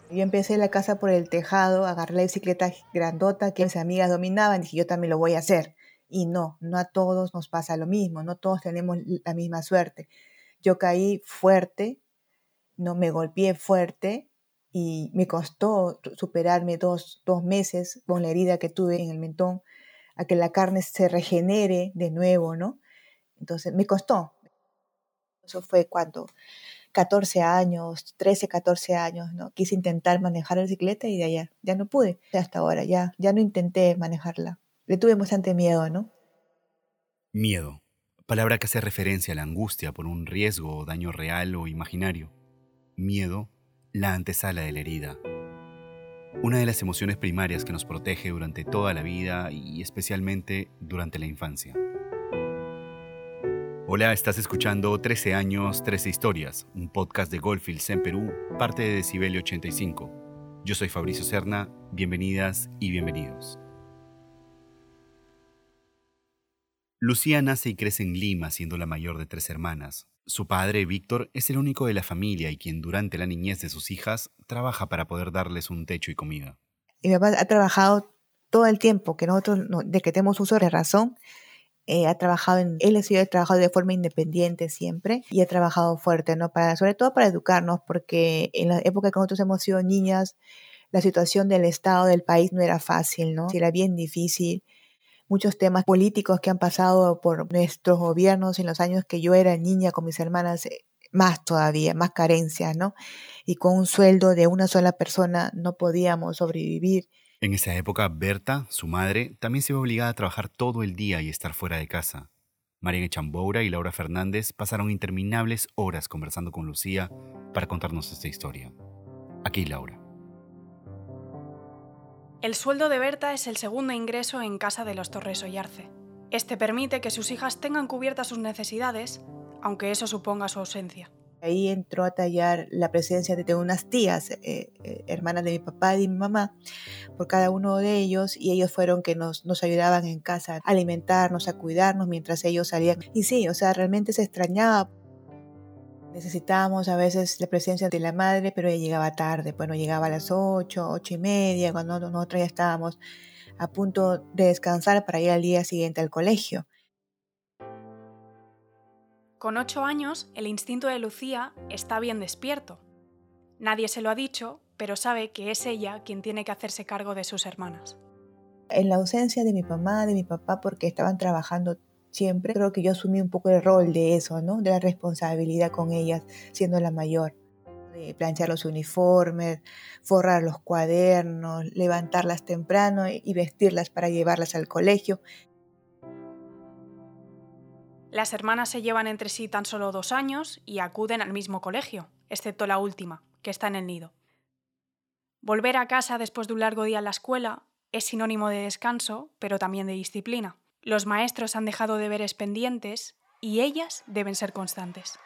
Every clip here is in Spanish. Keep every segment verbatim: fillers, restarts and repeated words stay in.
Yo empecé la casa por el tejado, agarré la bicicleta grandota que mis amigas dominaban y dije, yo también lo voy a hacer. Y no, no a todos nos pasa lo mismo, no todos tenemos la misma suerte. Yo caí fuerte, no me golpeé fuerte y me costó superarme dos, dos meses con la herida que tuve en el mentón, a que la carne se regenere de nuevo, ¿no? Entonces me costó. Eso fue cuando catorce años, trece, catorce años, ¿no? Quise intentar manejar la bicicleta y de allá ya no pude. Hasta ahora ya, ya no intenté manejarla. Le tuve bastante miedo, ¿no? Miedo, palabra que hace referencia a la angustia por un riesgo o daño real o imaginario. Miedo, la antesala de la herida. Una de las emociones primarias que nos protege durante toda la vida y especialmente durante la infancia. Hola, estás escuchando trece años, trece historias, un podcast de Goldfields en Perú, parte de Decibelio ochenta y cinco. Yo soy Fabricio Serna, bienvenidas y bienvenidos. Lucía nace y crece en Lima, siendo la mayor de tres hermanas. Su padre, Víctor, es el único de la familia y quien durante la niñez de sus hijas trabaja para poder darles un techo y comida. Y mi papá ha trabajado todo el tiempo que nosotros, no, de que tenemos uso de razón, eh, ha trabajado en, él ha trabajado de forma independiente siempre y ha trabajado fuerte, ¿no? Para, sobre todo para educarnos, porque en la época que nosotros hemos sido niñas, la situación del Estado, del país no era fácil, ¿no? Era bien difícil. Muchos temas políticos que han pasado por nuestros gobiernos en los años que yo era niña con mis hermanas, más todavía, más carencias, ¿no? Y con un sueldo de una sola persona no podíamos sobrevivir. En esa época, Berta, su madre, también se vio obligada a trabajar todo el día y estar fuera de casa. Mariana Chamboura y Laura Fernández pasaron interminables horas conversando con Lucía para contarnos esta historia. Aquí Laura. El sueldo de Berta es el segundo ingreso en casa de los Torres Ollarze. Este permite que sus hijas tengan cubiertas sus necesidades, aunque eso suponga su ausencia. Ahí entró a tallar la presencia de unas tías, eh, eh, hermanas de mi papá y de mi mamá, por cada uno de ellos, y ellos fueron que nos, nos ayudaban en casa a alimentarnos, a cuidarnos mientras ellos salían. Y sí, o sea, realmente se extrañaba. Necesitábamos a veces la presencia de la madre, pero ella llegaba tarde, bueno, llegaba a las ocho, ocho y media, cuando nosotros ya estábamos a punto de descansar para ir al día siguiente al colegio. Con ocho años, el instinto de Lucía está bien despierto. Nadie se lo ha dicho, pero sabe que es ella quien tiene que hacerse cargo de sus hermanas. En la ausencia de mi mamá, de mi papá, porque estaban trabajando siempre, creo que yo asumí un poco el rol de eso, ¿no? De la responsabilidad con ellas, siendo la mayor. De planchar los uniformes, forrar los cuadernos, levantarlas temprano y vestirlas para llevarlas al colegio. Las hermanas se llevan entre sí tan solo dos años y acuden al mismo colegio, excepto la última, que está en el nido. Volver a casa después de un largo día en la escuela es sinónimo de descanso, pero también de disciplina. Los maestros han dejado deberes pendientes y ellas deben ser constantes.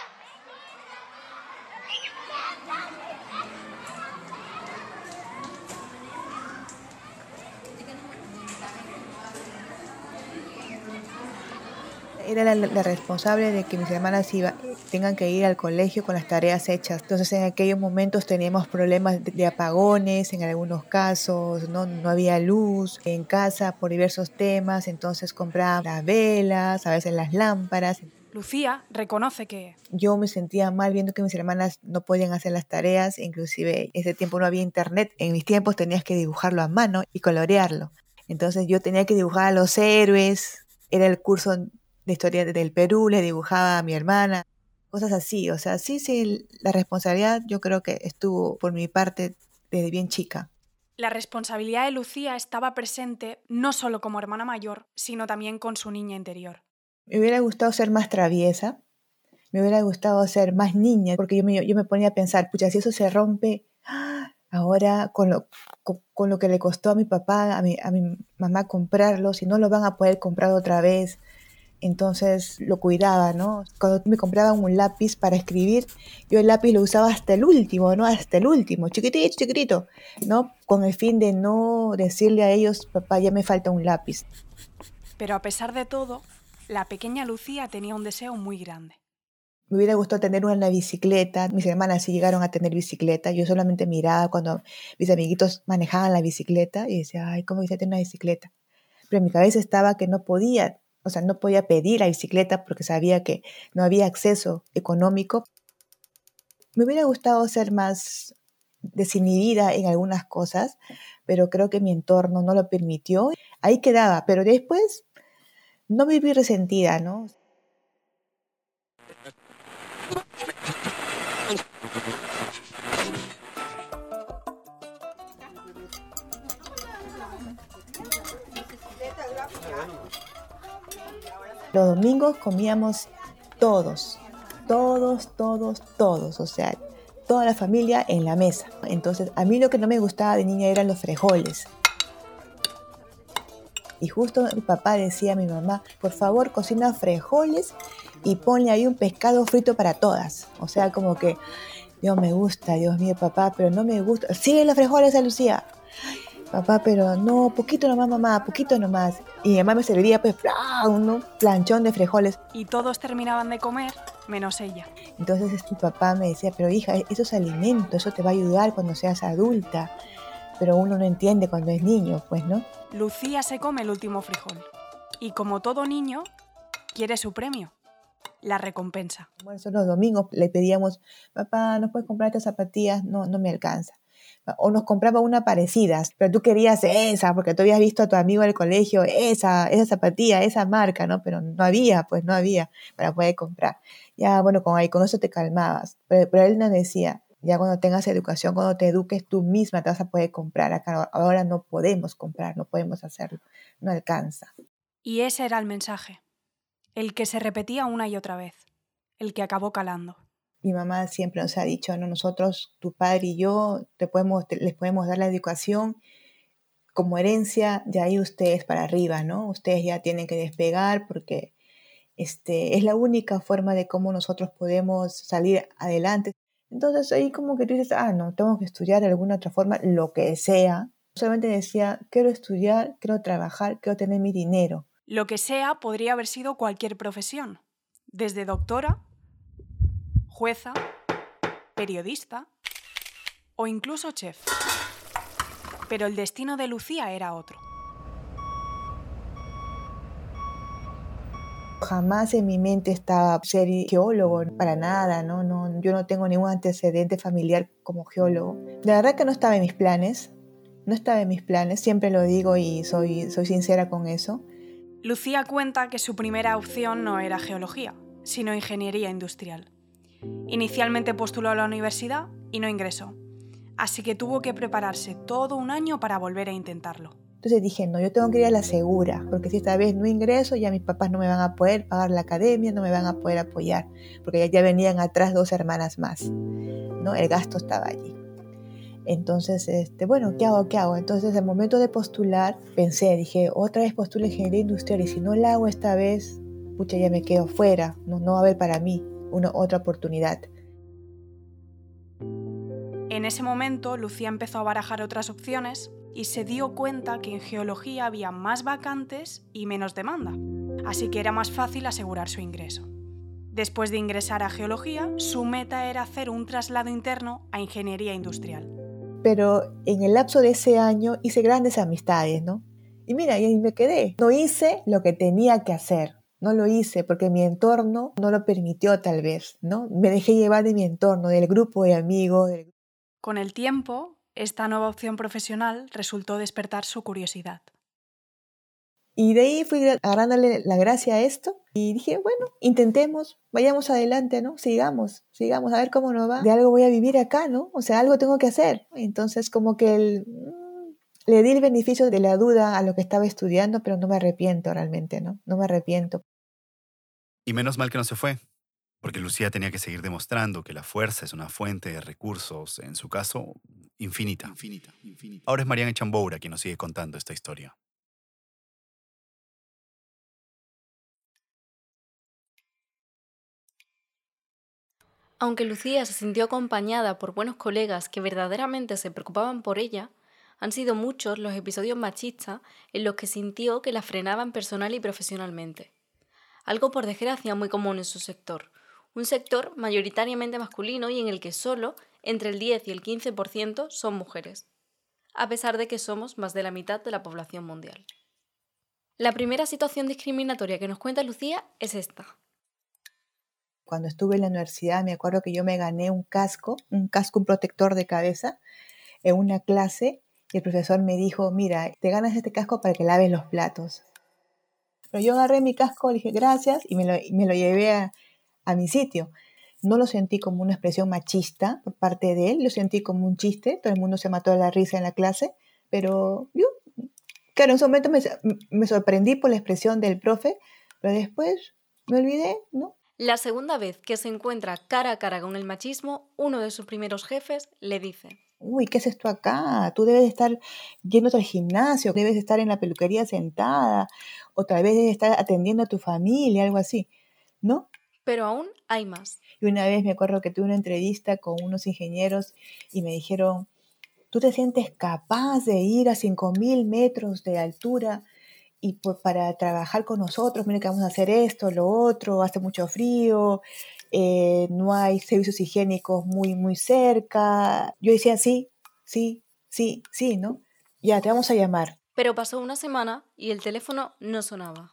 Era la, la responsable de que mis hermanas iba, tengan que ir al colegio con las tareas hechas. Entonces en aquellos momentos teníamos problemas de, de apagones en algunos casos, ¿no? No había luz en casa por diversos temas, entonces compraba las velas, a veces las lámparas. Lucía reconoce que yo me sentía mal viendo que mis hermanas no podían hacer las tareas, inclusive en ese tiempo no había internet. En mis tiempos tenías que dibujarlo a mano y colorearlo. Entonces yo tenía que dibujar a los héroes, era el curso de historia del Perú, le dibujaba a mi hermana, cosas así. O sea, sí, sí, la responsabilidad yo creo que estuvo por mi parte desde bien chica. La responsabilidad de Lucía estaba presente no solo como hermana mayor, sino también con su niña interior. Me hubiera gustado ser más traviesa, me hubiera gustado ser más niña, porque yo me, yo me ponía a pensar, pucha, si eso se rompe, ¡ah! Ahora con lo, con, con lo que le costó a mi papá, a mi, a mi mamá comprarlo, si no lo van a poder comprar otra vez. Entonces lo cuidaba, ¿no? Cuando me compraban un lápiz para escribir, yo el lápiz lo usaba hasta el último, ¿no? Hasta el último, chiquitito, chiquitito, ¿no? Con el fin de no decirle a ellos, papá, ya me falta un lápiz. Pero a pesar de todo, la pequeña Lucía tenía un deseo muy grande. Me hubiera gustado tener una bicicleta. Mis hermanas sí llegaron a tener bicicleta. Yo solamente miraba cuando mis amiguitos manejaban la bicicleta y decía, ay, ¿cómo quisiera tener una bicicleta? Pero en mi cabeza estaba que no podía, o sea, no podía pedir la bicicleta porque sabía que no había acceso económico. Me hubiera gustado ser más desinhibida en algunas cosas, pero creo que mi entorno no lo permitió. Ahí quedaba, pero después no viví resentida, ¿no? Los domingos comíamos todos, todos, todos, todos, o sea, toda la familia en la mesa. Entonces, a mí lo que no me gustaba de niña eran los frijoles. Y justo mi papá decía a mi mamá, por favor, cocina frijoles y ponle ahí un pescado frito para todas. O sea, como que, Dios me gusta, Dios mío, papá, pero no me gusta. Sigue los frijoles a Lucía. Papá, pero no, poquito nomás, mamá, poquito nomás. Y mi mamá me serviría, pues, un planchón de frijoles. Y todos terminaban de comer, menos ella. Entonces mi papá me decía, pero hija, eso es alimento, eso te va a ayudar cuando seas adulta. Pero uno no entiende cuando es niño, pues, ¿no? Lucía se come el último frijol. Y como todo niño, quiere su premio, la recompensa. Bueno, los domingos le pedíamos, papá, ¿nos puedes comprar estas zapatillas? No, no me alcanza. O nos compraba una parecidas, pero tú querías esa, porque tú habías visto a tu amigo del colegio, esa, esa zapatilla, esa marca, ¿no? Pero no había, pues no había para poder comprar. Ya, bueno, con, ahí, con eso te calmabas. Pero, pero él nos decía, ya cuando tengas educación, cuando te eduques tú misma te vas a poder comprar. Acá ahora no podemos comprar, no podemos hacerlo, no alcanza. Y ese era el mensaje, el que se repetía una y otra vez, el que acabó calando. Mi mamá siempre nos ha dicho, ¿no? Nosotros, tu padre y yo, te podemos, te, les podemos dar la educación como herencia, de ahí ustedes para arriba, ¿no? Ustedes ya tienen que despegar porque este, es la única forma de cómo nosotros podemos salir adelante. Entonces ahí como que tú dices, ah, no, tengo que estudiar de alguna otra forma, lo que sea. Solamente decía, quiero estudiar, quiero trabajar, quiero tener mi dinero. Lo que sea podría haber sido cualquier profesión, desde doctora, jueza, periodista o incluso chef. Pero el destino de Lucía era otro. Jamás en mi mente estaba ser geólogo, para nada, ¿no? No, yo no tengo ningún antecedente familiar como geólogo. La verdad que no estaba en mis planes, no estaba en mis planes, siempre lo digo y soy, soy sincera con eso. Lucía cuenta que su primera opción no era geología, sino ingeniería industrial. Inicialmente postuló a la universidad y no ingresó, así que tuvo que prepararse todo un año para volver a intentarlo. Entonces dije, no, yo tengo que ir a la segura, porque si esta vez no ingreso, ya mis papás no me van a poder pagar la academia, no me van a poder apoyar, porque ya, ya venían atrás dos hermanas más, ¿no? El gasto estaba allí. Entonces, este, bueno, ¿qué hago? ¿Qué hago? Entonces, al momento de postular, pensé, dije, otra vez postulo ingeniería industrial, y si no la hago esta vez, pucha, ya me quedo fuera, no, no va a haber para mí una otra oportunidad. En ese momento, Lucía empezó a barajar otras opciones y se dio cuenta que en geología había más vacantes y menos demanda, así que era más fácil asegurar su ingreso. Después de ingresar a geología, su meta era hacer un traslado interno a ingeniería industrial. Pero en el lapso de ese año hice grandes amistades, ¿no? Y mira, y ahí me quedé. No hice lo que tenía que hacer. No lo hice porque mi entorno no lo permitió tal vez, ¿no? Me dejé llevar de mi entorno, del grupo de amigos. Del... Con el tiempo, esta nueva opción profesional resultó despertar su curiosidad. Y de ahí fui agarrándole la gracia a esto y dije, bueno, intentemos, vayamos adelante, ¿no? Sigamos, sigamos, a ver cómo nos va. De algo voy a vivir acá, ¿no? O sea, algo tengo que hacer. Entonces, como que el, mmm, le di el beneficio de la duda a lo que estaba estudiando, pero no me arrepiento realmente, ¿no? No me arrepiento. Y menos mal que no se fue, porque Lucía tenía que seguir demostrando que la fuerza es una fuente de recursos, en su caso, infinita. infinita, infinita. Ahora es Mariana Chamboura quien nos sigue contando esta historia. Aunque Lucía se sintió acompañada por buenos colegas que verdaderamente se preocupaban por ella, han sido muchos los episodios machistas en los que sintió que la frenaban personal y profesionalmente. Algo por desgracia muy común en su sector, un sector mayoritariamente masculino y en el que solo entre el diez y el quince por ciento son mujeres, a pesar de que somos más de la mitad de la población mundial. La primera situación discriminatoria que nos cuenta Lucía es esta. Cuando estuve en la universidad me acuerdo que yo me gané un casco, un casco, un protector de cabeza en una clase y el profesor me dijo, mira, te ganas este casco para que laves los platos. Pero yo agarré mi casco, le dije gracias y me lo, y me lo llevé a, a mi sitio. No lo sentí como una expresión machista por parte de él, lo sentí como un chiste, todo el mundo se mató de la risa en la clase, pero yo, claro, en ese momento me, me sorprendí por la expresión del profe, pero después me olvidé, ¿no? La segunda vez que se encuentra cara a cara con el machismo, uno de sus primeros jefes le dice: uy, ¿qué haces tú acá? Tú debes estar yéndote al gimnasio, debes estar en la peluquería sentada, o tal vez debes estar atendiendo a tu familia, algo así, ¿no? Pero aún hay más. Y una vez me acuerdo que tuve una entrevista con unos ingenieros y me dijeron, ¿tú te sientes capaz de ir a cinco mil metros de altura y pues para trabajar con nosotros? Mira que vamos a hacer esto, lo otro, hace mucho frío, eh, no hay servicios higiénicos muy, muy cerca. Yo decía sí, sí, sí, sí, ¿no? Ya, te vamos a llamar. Pero pasó una semana y el teléfono no sonaba.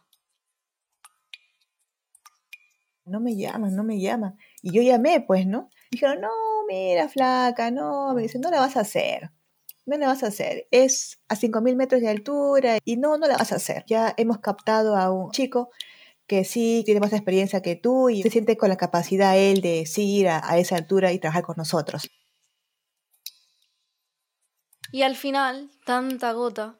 No me llaman, no me llaman. Y yo llamé, pues, ¿no? Dijeron, no, mira, flaca, no. Me dicen, no la vas a hacer. No la vas a hacer. Es a cinco mil metros de altura y no, no la vas a hacer. Ya hemos captado a un chico que sí tiene más experiencia que tú y se siente con la capacidad él de sí ir a, a esa altura y trabajar con nosotros. Y al final, tanta gota.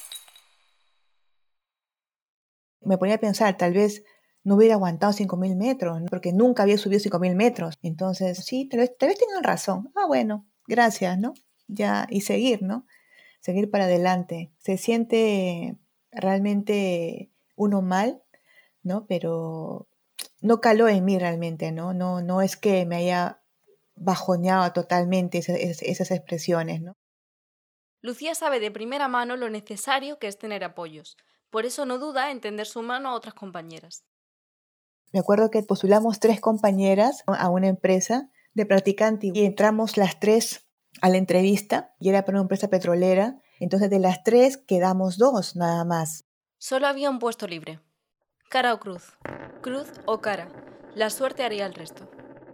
Me ponía a pensar, tal vez no hubiera aguantado cinco mil metros, ¿no? Porque nunca había subido cinco mil metros. Entonces, sí, tal vez, tal vez tengan razón. Ah, bueno, gracias, ¿no? Ya, y seguir, ¿no? Seguir para adelante. Se siente realmente uno mal, ¿no? Pero no caló en mí realmente, ¿no? No, no es que me haya bajoneado totalmente esas, esas expresiones, ¿no? Lucía sabe de primera mano lo necesario que es tener apoyos. Por eso no duda en tender su mano a otras compañeras. Me acuerdo que postulamos tres compañeras a una empresa de practicante y entramos las tres a la entrevista y era para una empresa petrolera. Entonces de las tres quedamos dos nada más. Solo había un puesto libre. Cara o cruz. Cruz o cara. La suerte haría el resto.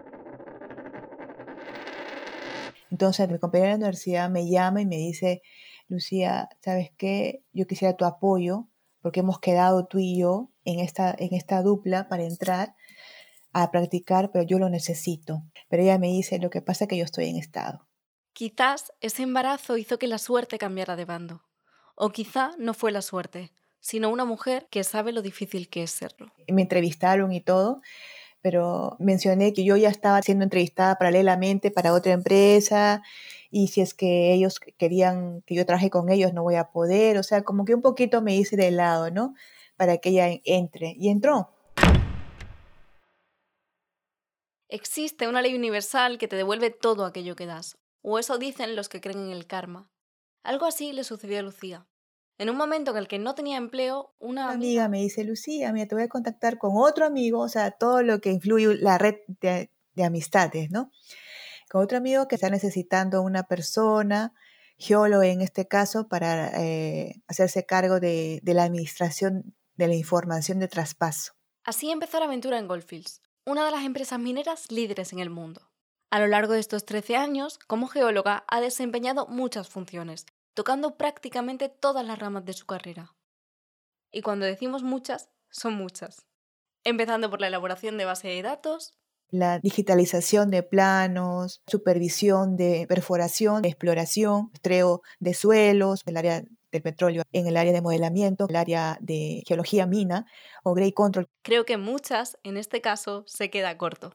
Entonces mi compañera de la universidad me llama y me dice, Lucía, ¿sabes qué? Yo quisiera tu apoyo porque hemos quedado tú y yo en esta, en esta dupla para entrar a practicar, pero yo lo necesito. Pero ella me dice, lo que pasa es que yo estoy en estado. Quizás ese embarazo hizo que la suerte cambiara de bando. O quizá no fue la suerte, sino una mujer que sabe lo difícil que es serlo. Me entrevistaron y todo, pero mencioné que yo ya estaba siendo entrevistada paralelamente para otra empresa y si es que ellos querían que yo trabaje con ellos no voy a poder, o sea, como que un poquito me hice de lado, ¿no? Para que ella entre. Y entró. Existe una ley universal que te devuelve todo aquello que das, o eso dicen los que creen en el karma. Algo así le sucedió a Lucía. En un momento en el que no tenía empleo, una Una amiga amiga me dice, Lucía, mira, te voy a contactar con otro amigo, o sea, todo lo que influye la red de, de amistades, ¿no? Con otro amigo que está necesitando una persona, geólogo en este caso, para eh, hacerse cargo de, de la administración de la información de traspaso. Así empezó la aventura en Goldfields, una de las empresas mineras líderes en el mundo. A lo largo de estos trece años, como geóloga, ha desempeñado muchas funciones, tocando prácticamente todas las ramas de su carrera. Y cuando decimos muchas, son muchas. Empezando por la elaboración de base de datos, la digitalización de planos, supervisión de perforación, de exploración, muestreo de suelos, el área del petróleo, en el área de modelamiento, el área de geología mina o grade control. Creo que muchas, en este caso, se queda corto.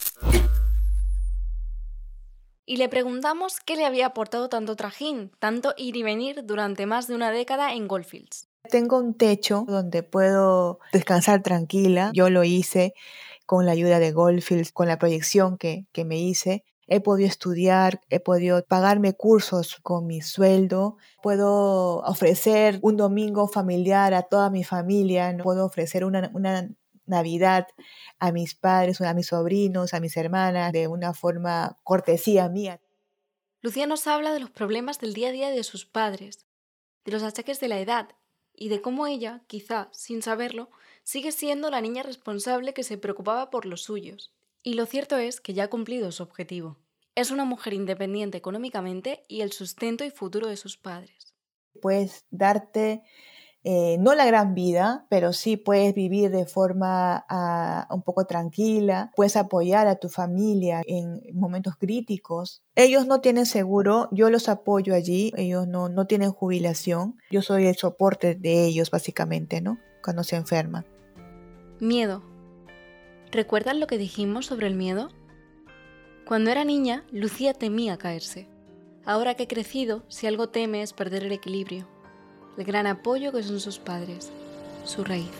Y le preguntamos qué le había aportado tanto trajín, tanto ir y venir durante más de una década en Goldfields. Tengo un techo donde puedo descansar tranquila. Yo lo hice con la ayuda de Goldfields, con la proyección que, que me hice. He podido estudiar, he podido pagarme cursos con mi sueldo. Puedo ofrecer un domingo familiar a toda mi familia. ¿No? Puedo ofrecer una, una Navidad a mis padres, a mis sobrinos, a mis hermanas, de una forma cortesía mía. Lucía nos habla de los problemas del día a día de sus padres, de los achaques de la edad y de cómo ella, quizá sin saberlo, sigue siendo la niña responsable que se preocupaba por los suyos. Y lo cierto es que ya ha cumplido su objetivo. Es una mujer independiente económicamente y el sustento y futuro de sus padres. Puedes darte, eh, no la gran vida, pero sí puedes vivir de forma uh, un poco tranquila. Puedes apoyar a tu familia en momentos críticos. Ellos no tienen seguro, yo los apoyo allí. Ellos no, no tienen jubilación. Yo soy el soporte de ellos, básicamente, ¿no? Cuando se enferman. Miedo. ¿Recuerdan lo que dijimos sobre el miedo? Cuando era niña, Lucía temía caerse. Ahora que ha crecido, si algo teme es perder el equilibrio, el gran apoyo que son sus padres, su raíz.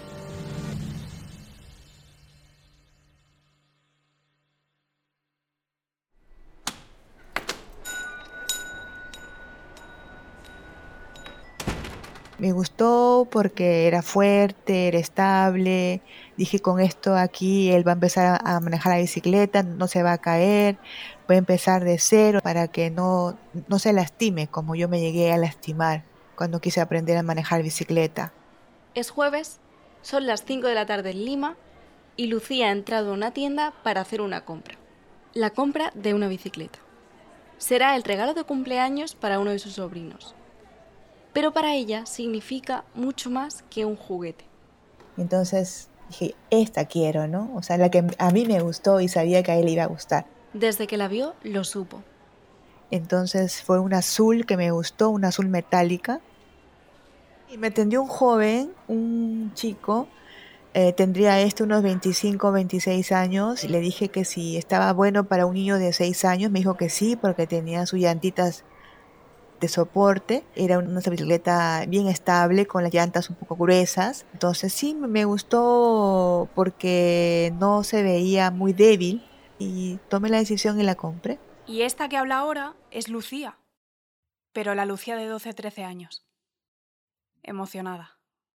Me gustó porque era fuerte, era estable. Dije, con esto aquí él va a empezar a manejar la bicicleta, no se va a caer, voy a empezar de cero para que no, no se lastime como yo me llegué a lastimar cuando quise aprender a manejar bicicleta. Es jueves, son las cinco de la tarde en Lima y Lucía ha entrado a una tienda para hacer una compra. La compra de una bicicleta. Será el regalo de cumpleaños para uno de sus sobrinos. Pero para ella significa mucho más que un juguete. Entonces dije, esta quiero, ¿no? O sea, la que a mí me gustó y sabía que a él le iba a gustar. Desde que la vio, lo supo. Entonces fue un azul que me gustó, un azul metálica. Y me atendió un joven, un chico, eh, tendría este unos veinticinco, veintiséis años. Y le dije que si estaba bueno para un niño de seis años, me dijo que sí, porque tenía sus llantitas de soporte, era una bicicleta bien estable con las llantas un poco gruesas, entonces sí me gustó porque no se veía muy débil y tomé la decisión y la compré. Y esta que habla ahora es Lucía, pero la Lucía de doce, trece años, emocionada.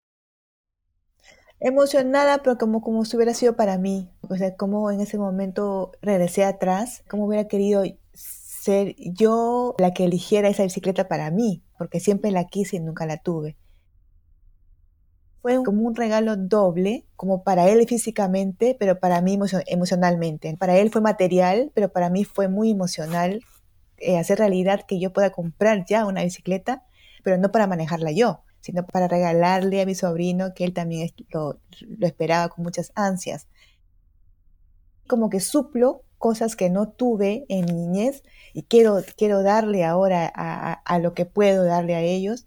Emocionada, pero como, como si hubiera sido para mí, o sea, como en ese momento regresé atrás, como hubiera querido ser yo la que eligiera esa bicicleta para mí, porque siempre la quise y nunca la tuve. Fue como un regalo doble, como para él físicamente, pero para mí emocionalmente. Para él fue material, pero para mí fue muy emocional eh, hacer realidad que yo pueda comprar ya una bicicleta, pero no para manejarla yo, sino para regalarle a mi sobrino, que él también lo, lo esperaba con muchas ansias. Como que suplo cosas que no tuve en mi niñez y quiero, quiero darle ahora a, a, a lo que puedo darle a ellos.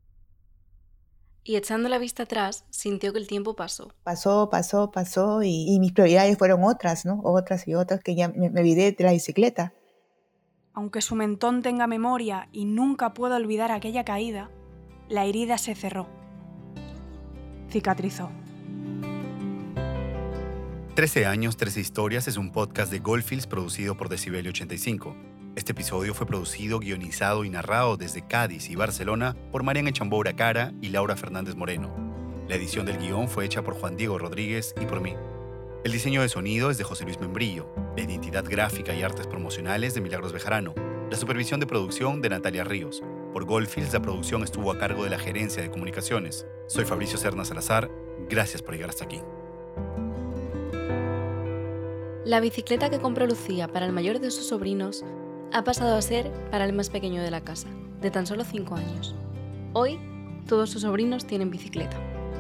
Y echando la vista atrás, sintió que el tiempo pasó. Pasó, pasó, pasó y, y mis prioridades fueron otras, ¿no? Otras y otras que ya me, me olvidé de la bicicleta. Aunque su mentón tenga memoria y nunca pueda olvidar aquella caída, la herida se cerró. Cicatrizó. trece años, trece historias es un podcast de Goldfields producido por Decibelio ochenta y cinco. Este episodio fue producido, guionizado y narrado desde Cádiz y Barcelona por Mariana Chamboura Cara y Laura Fernández Moreno. La edición del guión fue hecha por Juan Diego Rodríguez y por mí. El diseño de sonido es de José Luis Membrillo, la identidad gráfica y artes promocionales de Milagros Bejarano, la supervisión de producción de Natalia Ríos. Por Goldfields la producción estuvo a cargo de la gerencia de comunicaciones. Soy Fabricio Serna Salazar, gracias por llegar hasta aquí. La bicicleta que compró Lucía para el mayor de sus sobrinos ha pasado a ser para el más pequeño de la casa, de tan solo cinco años. Hoy, todos sus sobrinos tienen bicicleta.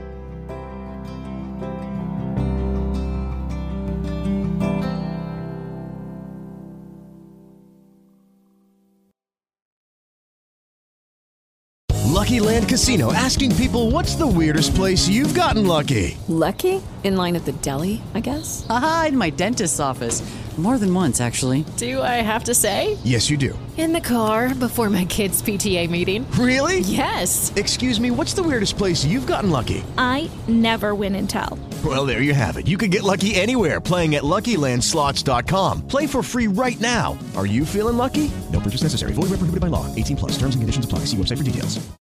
Lucky Land Casino, asking people, what's the weirdest place you've gotten lucky? Lucky? In line at the deli, I guess? Aha, in my dentist's office. More than once, actually. Do I have to say? Yes, you do. In the car before my kids' P T A meeting. Really? Yes. Excuse me, what's the weirdest place you've gotten lucky? I never win and tell. Well, there you have it. You can get lucky anywhere, playing at Lucky Land Slots dot com. Play for free right now. Are you feeling lucky? No purchase necessary. Void where prohibited by law. eighteen plus. Terms and conditions apply. See website for details.